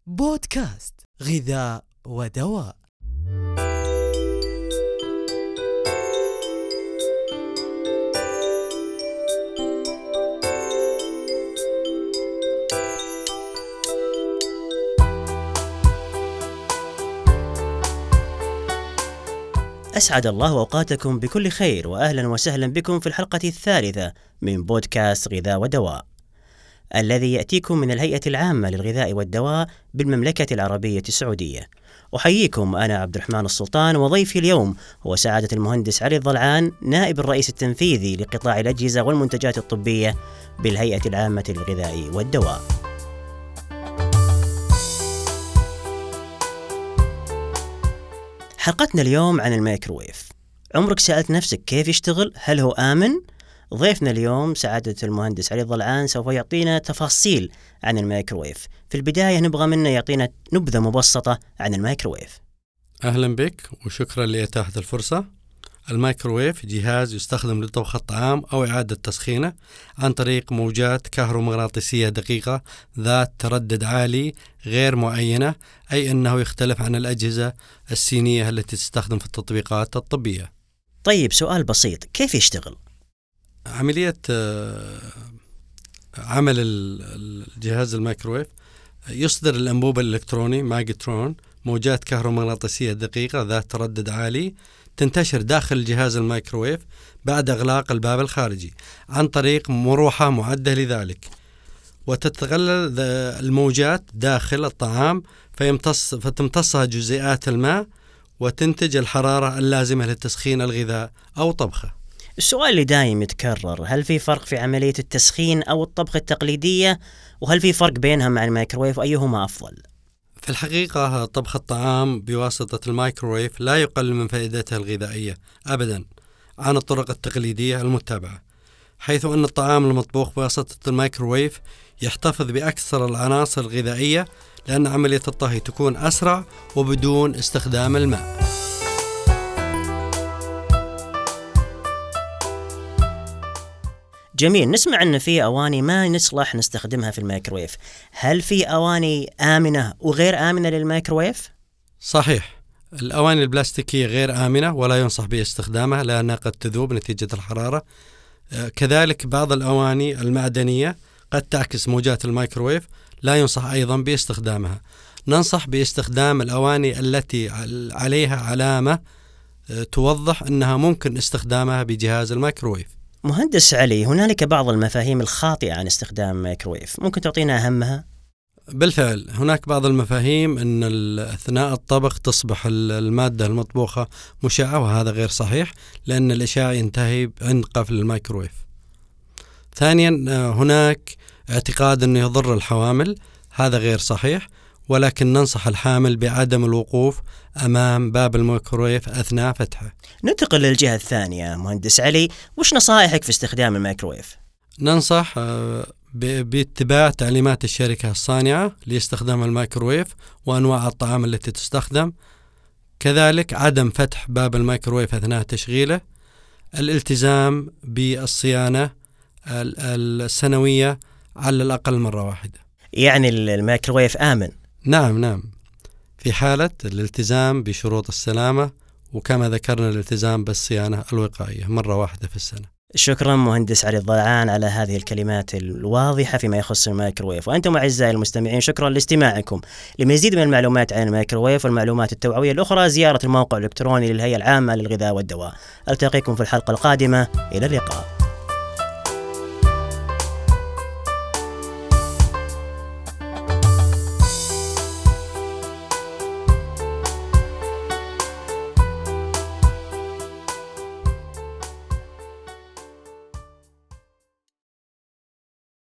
بودكاست غذاء ودواء. أسعد الله أوقاتكم بكل خير، وأهلا وسهلا بكم في الحلقة الثالثة من بودكاست غذاء ودواء، الذي يأتيكم من الهيئة العامة للغذاء والدواء بالمملكة العربية السعودية. أحييكم، أنا عبد الرحمن السلطان، وضيفي اليوم هو سعادة المهندس علي الضلعان، نائب الرئيس التنفيذي لقطاع الأجهزة والمنتجات الطبية بالهيئة العامة للغذاء والدواء. حلقتنا اليوم عن الميكروويف. عمرك سألت نفسك كيف يشتغل؟ هل هو آمن؟ ضيفنا اليوم سعادة المهندس علي الضلعان سوف يعطينا تفاصيل عن الميكروويف. في البداية نبغى منه يعطينا نبذة مبسطة عن الميكروويف. أهلا بك وشكرا لإتاحة الفرصة. الميكروويف جهاز يستخدم لطبخ الطعام أو إعادة تسخينه عن طريق موجات كهرومغناطيسية دقيقة ذات تردد عالي غير معينة، أي أنه يختلف عن الأجهزة الصينية التي تستخدم في التطبيقات الطبية. طيب، سؤال بسيط، كيف يشتغل؟ عملية عمل الجهاز الميكروويف: يصدر الأنبوب الإلكتروني ماجنترون موجات كهرومغناطيسية دقيقة ذات تردد عالي تنتشر داخل الجهاز الميكروويف بعد إغلاق الباب الخارجي عن طريق مروحة معدة لذلك، وتتغلل الموجات داخل الطعام فتمتصها جزيئات الماء وتنتج الحرارة اللازمة لتسخين الغذاء أو طبخه. السؤال اللي دايم يتكرر، هل في فرق في عملية التسخين أو الطبخ التقليدية؟ وهل في فرق بينها مع الميكروويف؟ أيهما أفضل؟ في الحقيقة طبخ الطعام بواسطة الميكروويف لا يقلل من فائدته الغذائية أبدا عن الطرق التقليدية المتبعة، حيث أن الطعام المطبوخ بواسطة الميكروويف يحتفظ بأكثر العناصر الغذائية، لأن عملية الطهي تكون أسرع وبدون استخدام الماء. جميل. نسمع أن في أواني ما نصلح نستخدمها في الميكروويف، هل في أواني آمنة وغير آمنة للميكروويف؟ صحيح، الأواني البلاستيكية غير آمنة ولا ينصح باستخدامها لأنها قد تذوب نتيجة الحرارة. كذلك بعض الأواني المعدنية قد تعكس موجات الميكروويف، لا ينصح أيضا باستخدامها. ننصح باستخدام الأواني التي عليها علامة توضح أنها ممكن استخدامها بجهاز الميكروويف. مهندس علي، هنالك بعض المفاهيم الخاطئة عن استخدام الميكروويف، ممكن تعطينا أهمها؟ بالفعل هناك بعض المفاهيم أن أثناء الطبخ تصبح المادة المطبوخة مشعة، وهذا غير صحيح لأن الإشعاع ينتهي عند قفل الميكروويف. ثانيا هناك اعتقاد أنه يضر الحوامل، هذا غير صحيح، ولكن ننصح الحامل بعدم الوقوف أمام باب الميكروويف أثناء فتحه. ننتقل للجهة الثانية. مهندس علي، وش نصائحك في استخدام الميكروويف؟ ننصح باتباع تعليمات الشركة الصانعة لاستخدام الميكروويف وأنواع الطعام التي تستخدم، كذلك عدم فتح باب الميكروويف أثناء تشغيله، الالتزام بالصيانة السنوية على الأقل مرة واحدة. يعني الميكروويف آمن؟ نعم، في حالة الالتزام بشروط السلامة، وكما ذكرنا الالتزام بالصيانة الوقائية مرة واحدة في السنة. شكرا مهندس علي الضلعان على هذه الكلمات الواضحة فيما يخص الميكروويف. وأنتم أعزائي المستمعين، شكرا لاستماعكم. لمزيد من المعلومات عن الميكروويف والمعلومات التوعوية الأخرى، زيارة الموقع الإلكتروني للهيئة العامة للغذاء والدواء. ألتقيكم في الحلقة القادمة، إلى اللقاء.